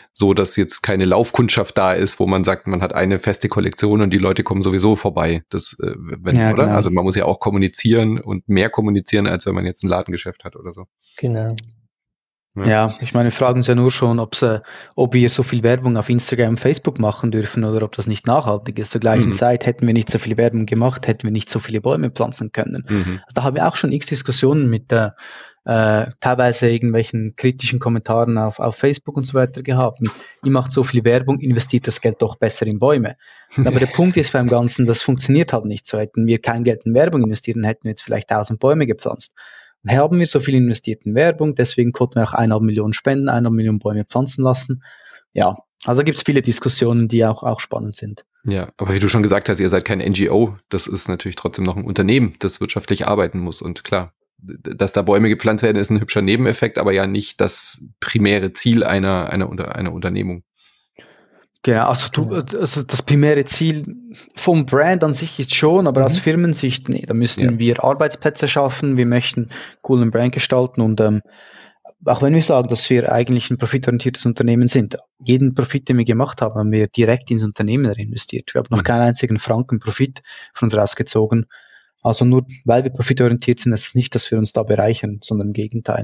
so, dass jetzt keine Laufkundschaft da ist, wo man sagt, man hat eine feste Kollektion und die Leute kommen sowieso vorbei. Das, oder? Genau. Also man muss ja auch kommunizieren und mehr kommunizieren, als wenn man jetzt ein Ladengeschäft hat oder so. Genau. Ja, ich meine, wir fragen uns ja nur schon, ob wir so viel Werbung auf Instagram und Facebook machen dürfen oder ob das nicht nachhaltig ist. Zur gleichen Zeit hätten wir nicht so viel Werbung gemacht, hätten wir nicht so viele Bäume pflanzen können. Also da haben wir auch schon x Diskussionen mit teilweise irgendwelchen kritischen Kommentaren auf Facebook und so weiter gehabt. Ihr macht so viel Werbung, investiert das Geld doch besser in Bäume. Aber der Punkt ist beim Ganzen, das funktioniert halt nicht so. Hätten wir kein Geld in Werbung investiert, hätten wir jetzt vielleicht 1000 Bäume gepflanzt. Haben wir so viel investiert in Werbung, deswegen konnten wir auch 1,5 Millionen spenden, 1,5 Millionen Bäume pflanzen lassen. Ja, also gibt es viele Diskussionen, die auch spannend sind. Ja, aber wie du schon gesagt hast, ihr seid kein NGO, das ist natürlich trotzdem noch ein Unternehmen, das wirtschaftlich arbeiten muss. Und klar, dass da Bäume gepflanzt werden, ist ein hübscher Nebeneffekt, aber ja nicht das primäre Ziel einer Unternehmung. Genau, also das primäre Ziel vom Brand an sich ist schon, aber aus Firmensicht, nee, da müssen wir Arbeitsplätze schaffen, wir möchten coolen Brand gestalten und auch wenn wir sagen, dass wir eigentlich ein profitorientiertes Unternehmen sind, jeden Profit, den wir gemacht haben, haben wir direkt ins Unternehmen investiert. Wir haben noch keinen einzigen Franken Profit von uns rausgezogen. Also nur weil wir profitorientiert sind, ist es nicht, dass wir uns da bereichern, sondern im Gegenteil.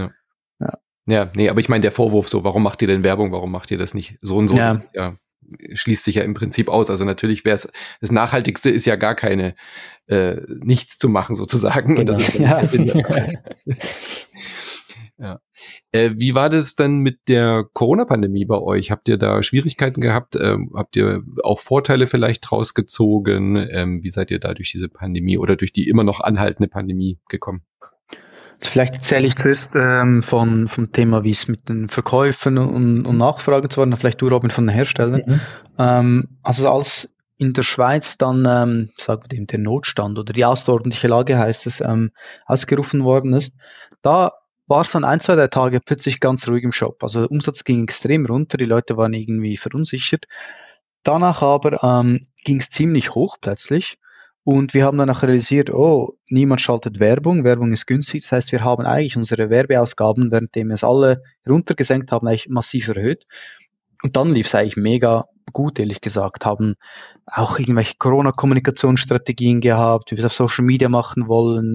Ja, nee, aber ich meine, der Vorwurf so, warum macht ihr denn Werbung, warum macht ihr das nicht so und so, das schließt sich ja im Prinzip aus. Also natürlich wäre es, das Nachhaltigste ist ja gar keine, nichts zu machen sozusagen. Genau. Und das ist ja nicht der Sinn. Ja. Wie war das dann mit der Corona-Pandemie bei euch? Habt ihr da Schwierigkeiten gehabt? Habt ihr auch Vorteile vielleicht rausgezogen? Wie seid ihr da durch diese Pandemie oder durch die immer noch anhaltende Pandemie gekommen? Vielleicht erzähle ich zuerst vom Thema, wie es mit den Verkäufen und Nachfragen zu war, vielleicht du, Robin, von den Herstellern. Also als in der Schweiz dann, sagen wir dem, der Notstand oder die außerordentliche Lage heißt es, ausgerufen worden ist, da war es dann 1, 2, 3 Tage plötzlich ganz ruhig im Shop. Also der Umsatz ging extrem runter, die Leute waren irgendwie verunsichert. Danach aber ging es ziemlich hoch plötzlich. Und wir haben dann auch realisiert, niemand schaltet Werbung, Werbung ist günstig, das heißt, wir haben eigentlich unsere Werbeausgaben, währenddem wir es alle runtergesenkt haben, eigentlich massiv erhöht. Und dann lief es eigentlich mega gut, ehrlich gesagt, haben auch irgendwelche Corona-Kommunikationsstrategien gehabt, wie wir es auf Social Media machen wollen,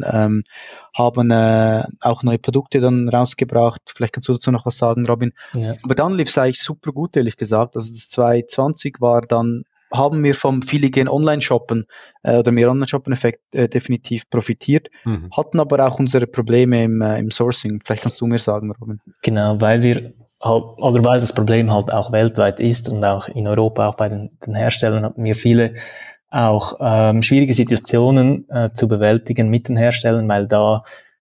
haben auch neue Produkte dann rausgebracht, vielleicht kannst du dazu noch was sagen, Robin. Ja. Aber dann lief es eigentlich super gut, ehrlich gesagt, also das 2020 war dann, haben wir vom vielen Online-Shoppen oder mehr Online-Shoppen-Effekt definitiv profitiert, hatten aber auch unsere Probleme im Sourcing. Vielleicht kannst du mir sagen, Robin. Genau, weil das Problem halt auch weltweit ist und auch in Europa, auch bei den Herstellern, hatten wir viele auch schwierige Situationen zu bewältigen mit den Herstellern, weil da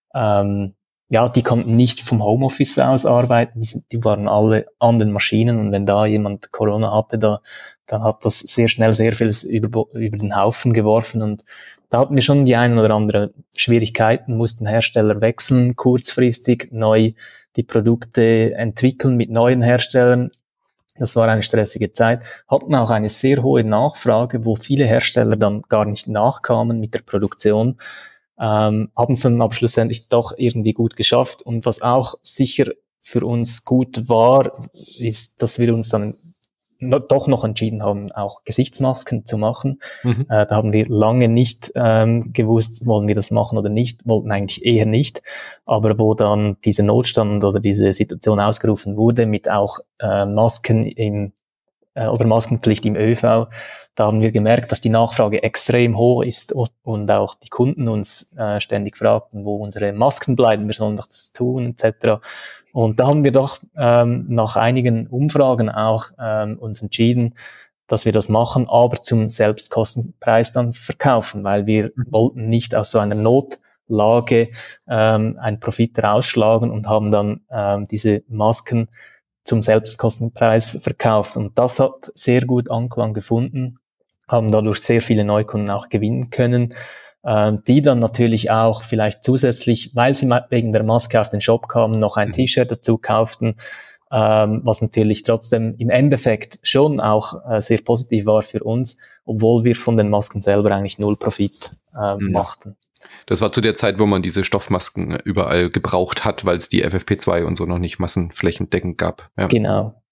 die konnten nicht vom Homeoffice aus arbeiten, die waren alle an den Maschinen und wenn da jemand Corona hatte, dann hat das sehr schnell sehr vieles über den Haufen geworfen und da hatten wir schon die ein oder andere Schwierigkeiten, mussten Hersteller wechseln, kurzfristig neu die Produkte entwickeln mit neuen Herstellern. Das war eine stressige Zeit, hatten auch eine sehr hohe Nachfrage, wo viele Hersteller dann gar nicht nachkamen mit der Produktion, haben es dann aber schlussendlich doch irgendwie gut geschafft und was auch sicher für uns gut war, ist, dass wir uns dann doch noch entschieden haben, auch Gesichtsmasken zu machen. Da haben wir lange nicht gewusst, wollen wir das machen oder nicht, wollten eigentlich eher nicht, aber wo dann dieser Notstand oder diese Situation ausgerufen wurde mit auch Masken oder Maskenpflicht im ÖV, da haben wir gemerkt, dass die Nachfrage extrem hoch ist und auch die Kunden uns ständig fragten, wo unsere Masken bleiben, wir sollen doch das tun, etc. Und da haben wir doch nach einigen Umfragen auch uns entschieden, dass wir das machen, aber zum Selbstkostenpreis dann verkaufen, weil wir wollten nicht aus so einer Notlage einen Profit rausschlagen und haben dann diese Masken zum Selbstkostenpreis verkauft. Und das hat sehr gut Anklang gefunden, haben dadurch sehr viele Neukunden auch gewinnen können, die dann natürlich auch vielleicht zusätzlich, weil sie wegen der Maske auf den Shop kamen, noch ein T-Shirt dazu kauften, was natürlich trotzdem im Endeffekt schon auch sehr positiv war für uns, obwohl wir von den Masken selber eigentlich null Profit machten. Das war zu der Zeit, wo man diese Stoffmasken überall gebraucht hat, weil es die FFP2 und so noch nicht massenflächendeckend gab. Ja. Genau.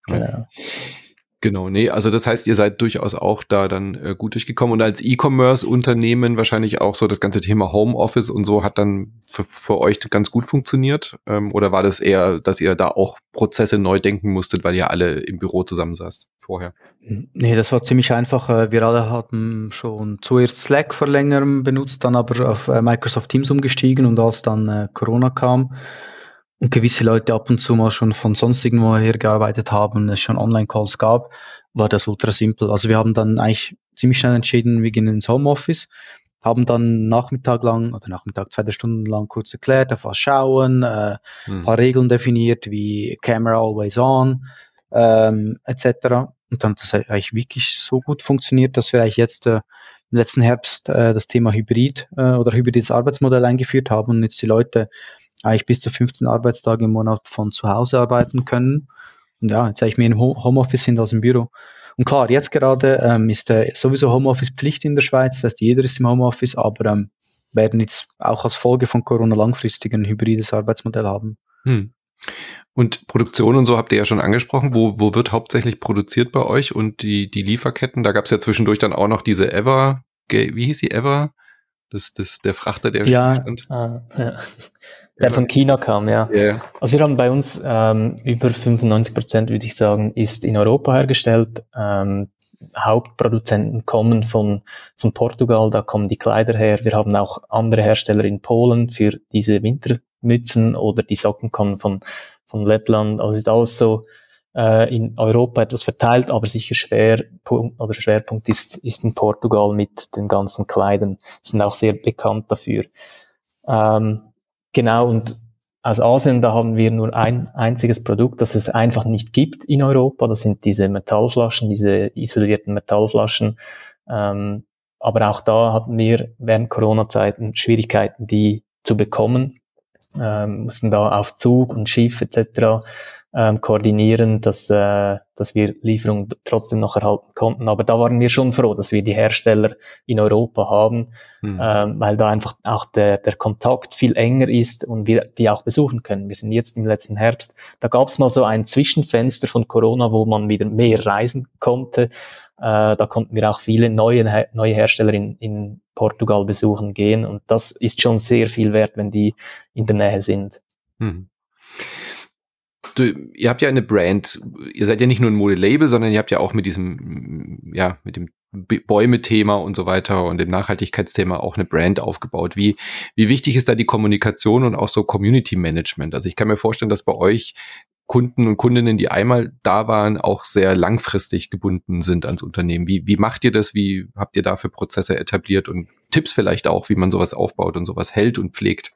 Genau. Genau, nee, also das heißt, ihr seid durchaus auch da dann gut durchgekommen und als E-Commerce-Unternehmen wahrscheinlich auch so das ganze Thema Homeoffice und so hat dann für euch ganz gut funktioniert? Oder war das eher, dass ihr da auch Prozesse neu denken musstet, weil ihr alle im Büro zusammensaßt vorher? Nee, das war ziemlich einfach. Wir alle hatten schon zuerst Slack vor längerem benutzt, dann aber auf Microsoft Teams umgestiegen und als dann Corona kam und gewisse Leute ab und zu mal schon von sonst irgendwo her gearbeitet haben, es schon Online-Calls gab, war das ultra simpel. Also wir haben dann eigentlich ziemlich schnell entschieden, wir gehen ins Homeoffice, haben dann Nachmittag, 2, 3 Stunden lang kurz erklärt, auf was schauen, paar Regeln definiert wie Camera always on, etc. Und dann hat das eigentlich wirklich so gut funktioniert, dass wir eigentlich jetzt im letzten Herbst das Thema Hybrid oder hybrides Arbeitsmodell eingeführt haben und jetzt die Leute eigentlich bis zu 15 Arbeitstage im Monat von zu Hause arbeiten können. Und ja, jetzt eigentlich mehr im Homeoffice sind als im Büro. Und klar, jetzt gerade ist sowieso Homeoffice Pflicht in der Schweiz, das heißt, jeder ist im Homeoffice, aber werden jetzt auch als Folge von Corona langfristig ein hybrides Arbeitsmodell haben. Und Produktion und so habt ihr ja schon angesprochen. Wo wird hauptsächlich produziert bei euch und die Lieferketten? Da gab es ja zwischendurch dann auch noch diese Ever, wie hieß die Ever? Der Frachter, der stand. Der von China kam, ja. Yeah. Also wir haben bei uns über 95%, würde ich sagen, ist in Europa hergestellt. Hauptproduzenten kommen von Portugal, da kommen die Kleider her. Wir haben auch andere Hersteller in Polen für diese Wintermützen oder die Socken kommen von Lettland. Also ist alles so in Europa etwas verteilt, aber sicher Schwerpunkt ist in Portugal mit den ganzen Kleidern. Sind auch sehr bekannt dafür. Genau, und aus Asien, da haben wir nur ein einziges Produkt, das es einfach nicht gibt in Europa. Das sind diese Metallflaschen, diese isolierten Metallflaschen. Aber auch da hatten wir während Corona-Zeiten Schwierigkeiten, die zu bekommen. Mussten da auf Zug und Schiff etc. Koordinieren, dass wir Lieferungen trotzdem noch erhalten konnten. Aber da waren wir schon froh, dass wir die Hersteller in Europa haben, weil da einfach auch der Kontakt viel enger ist und wir die auch besuchen können. Wir sind jetzt im letzten Herbst, da gab es mal so ein Zwischenfenster von Corona, wo man wieder mehr reisen konnte. Da konnten wir auch viele neue Hersteller in Portugal besuchen gehen und das ist schon sehr viel wert, wenn die in der Nähe sind. Ihr habt ja eine Brand, ihr seid ja nicht nur ein Modelabel, sondern ihr habt ja auch mit diesem, mit dem Bäume-Thema und so weiter und dem Nachhaltigkeitsthema auch eine Brand aufgebaut. Wie wichtig ist da die Kommunikation und auch so Community Management? Also ich kann mir vorstellen, dass bei euch Kunden und Kundinnen, die einmal da waren, auch sehr langfristig gebunden sind ans Unternehmen. Wie macht ihr das? Wie habt ihr dafür Prozesse etabliert und Tipps vielleicht auch, wie man sowas aufbaut und sowas hält und pflegt?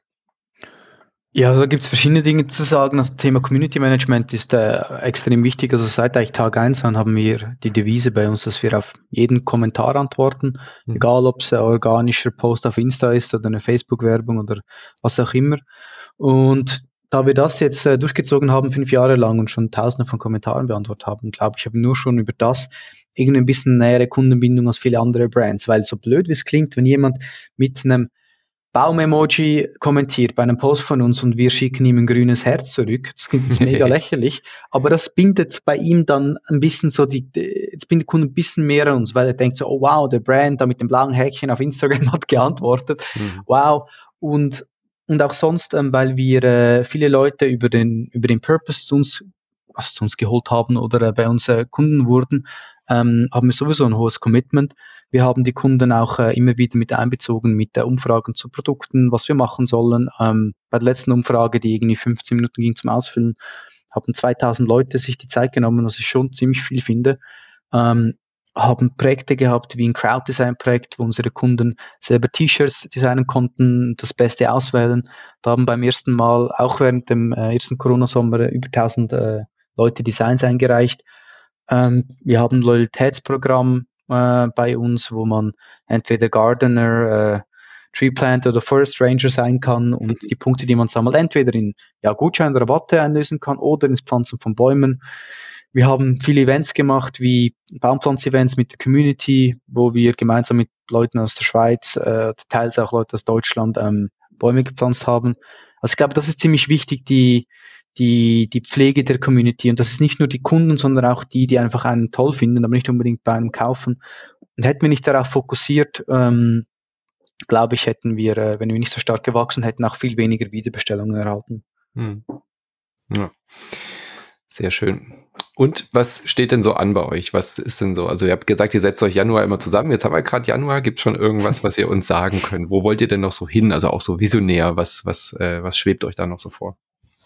Ja, da gibt es verschiedene Dinge zu sagen. Das Thema Community Management ist extrem wichtig. Also seit eigentlich Tag 1 an haben wir die Devise bei uns, dass wir auf jeden Kommentar antworten, egal ob es ein organischer Post auf Insta ist oder eine Facebook-Werbung oder was auch immer. Und da wir das jetzt durchgezogen haben, 5 Jahre lang und schon Tausende von Kommentaren beantwortet haben, glaube ich, habe nur schon über das irgendwie ein bisschen nähere Kundenbindung als viele andere Brands. Weil so blöd wie es klingt, wenn jemand mit einem Baum-Emoji kommentiert bei einem Post von uns und wir schicken ihm ein grünes Herz zurück. Das klingt jetzt mega lächerlich, aber das bindet bei ihm dann ein bisschen so jetzt bindet der Kunde ein bisschen mehr an uns, weil er denkt so, oh wow, der Brand da mit dem blauen Häkchen auf Instagram hat geantwortet. Wow. Und auch sonst, weil wir viele Leute über den Purpose zu uns geholt haben oder bei uns Kunden wurden, haben wir sowieso ein hohes Commitment. Wir haben die Kunden auch immer wieder mit einbezogen mit Umfragen zu Produkten, was wir machen sollen. Bei der letzten Umfrage, die irgendwie 15 Minuten ging zum Ausfüllen, haben 2000 Leute sich die Zeit genommen, was ich schon ziemlich viel finde. Haben Projekte gehabt wie ein Crowd-Design-Projekt, wo unsere Kunden selber T-Shirts designen konnten, das Beste auswählen. Da haben beim ersten Mal, auch während dem ersten Corona-Sommer, über 1000 Leute Designs eingereicht. Wir haben ein Loyalitätsprogramm bei uns, wo man entweder Gardener, Tree Planter oder Forest Ranger sein kann und die Punkte, die man sammelt, entweder in Gutschein oder Rabatte einlösen kann oder ins Pflanzen von Bäumen. Wir haben viele Events gemacht, wie Baumpflanz-Events mit der Community, wo wir gemeinsam mit Leuten aus der Schweiz, teils auch Leute aus Deutschland, Bäume gepflanzt haben. Also ich glaube, das ist ziemlich wichtig, die die Pflege der Community. Und das ist nicht nur die Kunden, sondern auch die einfach einen toll finden, aber nicht unbedingt bei einem kaufen. Und hätten wir nicht darauf fokussiert, glaube ich, hätten wir, wenn wir nicht so stark gewachsen hätten, auch viel weniger Wiederbestellungen erhalten. Ja, sehr schön. Und was steht denn so an bei euch? Was ist denn so? Also ihr habt gesagt, ihr setzt euch Januar immer zusammen. Jetzt haben wir gerade Januar. Gibt es schon irgendwas, was ihr uns sagen könnt? Wo wollt ihr denn noch so hin? Also auch so visionär. Was schwebt euch da noch so vor?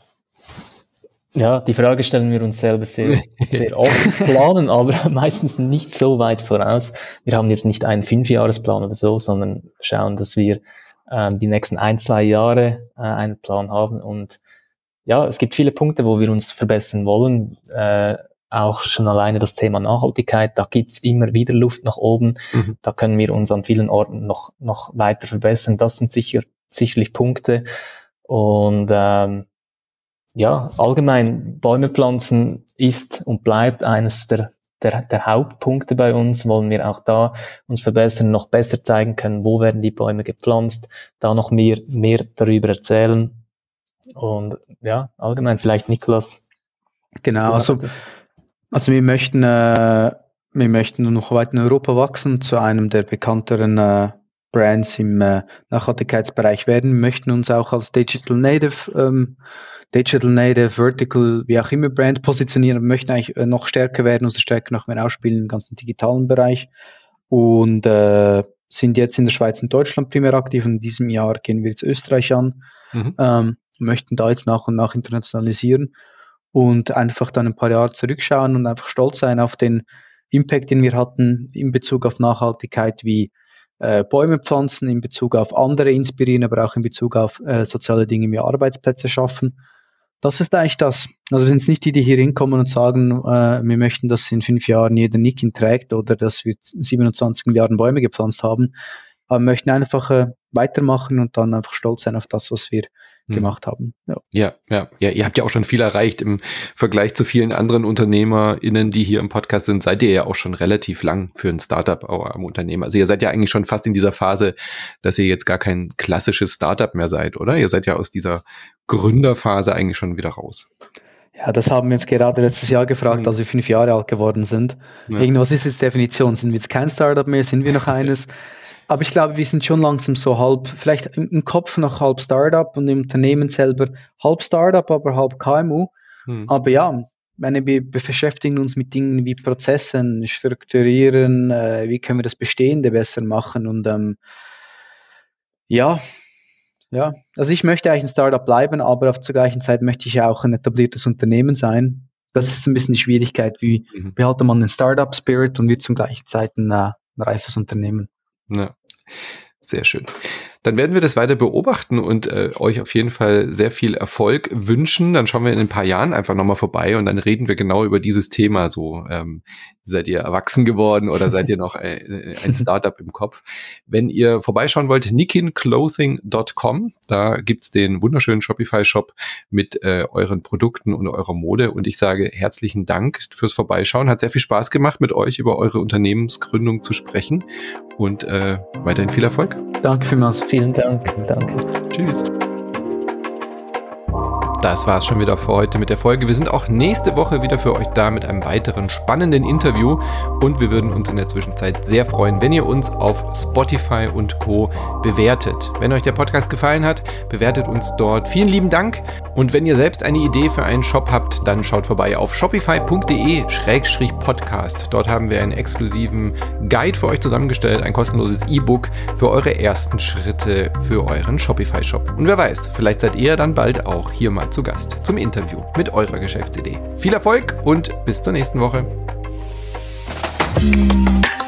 Ja, die Frage stellen wir uns selber sehr, sehr oft, planen aber meistens nicht so weit voraus. Wir haben jetzt nicht einen 5-Jahresplan oder so, sondern schauen, dass wir die nächsten 1-2 Jahre einen Plan haben. Und ja, es gibt viele Punkte, wo wir uns verbessern wollen. Auch schon alleine das Thema Nachhaltigkeit, da gibt's immer wieder Luft nach oben. Da können wir uns an vielen Orten noch weiter verbessern. Das sind sicherlich Punkte. Und ja, allgemein Bäume pflanzen ist und bleibt eines der Hauptpunkte bei uns. Wollen wir auch da uns verbessern, noch besser zeigen können, wo werden die Bäume gepflanzt, da noch mehr darüber erzählen. Und ja, allgemein vielleicht Niklas. Genau, also wir möchten noch weiter in Europa wachsen, zu einem der bekannteren Brands im Nachhaltigkeitsbereich werden. Wir möchten uns auch als Digital Native, Vertical, wie auch immer Brand positionieren. Wir möchten eigentlich noch stärker werden, unsere Stärke noch mehr ausspielen im ganzen digitalen Bereich und sind jetzt in der Schweiz und Deutschland primär aktiv. Und in diesem Jahr gehen wir jetzt Österreich an, möchten da jetzt nach und nach internationalisieren und einfach dann ein paar Jahre zurückschauen und einfach stolz sein auf den Impact, den wir hatten in Bezug auf Nachhaltigkeit, wie Bäume pflanzen, in Bezug auf andere inspirieren, aber auch in Bezug auf soziale Dinge wie Arbeitsplätze schaffen. Das ist eigentlich das. Also wir sind nicht die hier hinkommen und sagen, wir möchten, dass in 5 Jahren jeder Nikin trägt oder dass wir 27 Milliarden Bäume gepflanzt haben. Aber wir möchten einfach weitermachen und dann einfach stolz sein auf das, was wir gemacht haben. Ja, ihr habt ja auch schon viel erreicht im Vergleich zu vielen anderen UnternehmerInnen, die hier im Podcast sind, seid ihr ja auch schon relativ lang für ein Startup am Unternehmen. Also ihr seid ja eigentlich schon fast in dieser Phase, dass ihr jetzt gar kein klassisches Startup mehr seid, oder? Ihr seid ja aus dieser Gründerphase eigentlich schon wieder raus. Ja, das haben wir uns gerade letztes Jahr gefragt, als wir 5 Jahre alt geworden sind. Ja. Irgendwas ist jetzt Definition. Sind wir jetzt kein Startup mehr? Sind wir noch eines? Aber ich glaube, wir sind schon langsam so halb, vielleicht im Kopf noch halb Startup und im Unternehmen selber halb Startup, aber halb KMU. Aber ja, wir beschäftigen uns mit Dingen wie Prozessen, strukturieren, wie können wir das Bestehende besser machen und also ich möchte eigentlich ein Startup bleiben, aber zur gleichen Zeit möchte ich auch ein etabliertes Unternehmen sein. Das ist ein bisschen die Schwierigkeit, wie behalten man den Startup-Spirit und wird zum gleichen Zeit ein reifes Unternehmen. Ja, sehr schön. Dann werden wir das weiter beobachten und euch auf jeden Fall sehr viel Erfolg wünschen. Dann schauen wir in ein paar Jahren einfach nochmal vorbei und dann reden wir genau über dieses Thema. So, seid ihr erwachsen geworden oder seid ihr noch ein Startup im Kopf? Wenn ihr vorbeischauen wollt, nikinclothing.com. Da gibt's den wunderschönen Shopify-Shop mit euren Produkten und eurer Mode. Und ich sage herzlichen Dank fürs Vorbeischauen. Hat sehr viel Spaß gemacht, mit euch über eure Unternehmensgründung zu sprechen. Und weiterhin viel Erfolg. Danke vielmals. Vielen Dank. Danke. Tschüss. Das war's schon wieder für heute mit der Folge. Wir sind auch nächste Woche wieder für euch da mit einem weiteren spannenden Interview und wir würden uns in der Zwischenzeit sehr freuen, wenn ihr uns auf Spotify und Co. bewertet. Wenn euch der Podcast gefallen hat, bewertet uns dort. Vielen lieben Dank und wenn ihr selbst eine Idee für einen Shop habt, dann schaut vorbei auf shopify.de/podcast. Dort haben wir einen exklusiven Guide für euch zusammengestellt, ein kostenloses E-Book für eure ersten Schritte für euren Shopify-Shop. Und wer weiß, vielleicht seid ihr dann bald auch hier mal zu Gast zum Interview mit eurer Geschäftsidee. Viel Erfolg und bis zur nächsten Woche.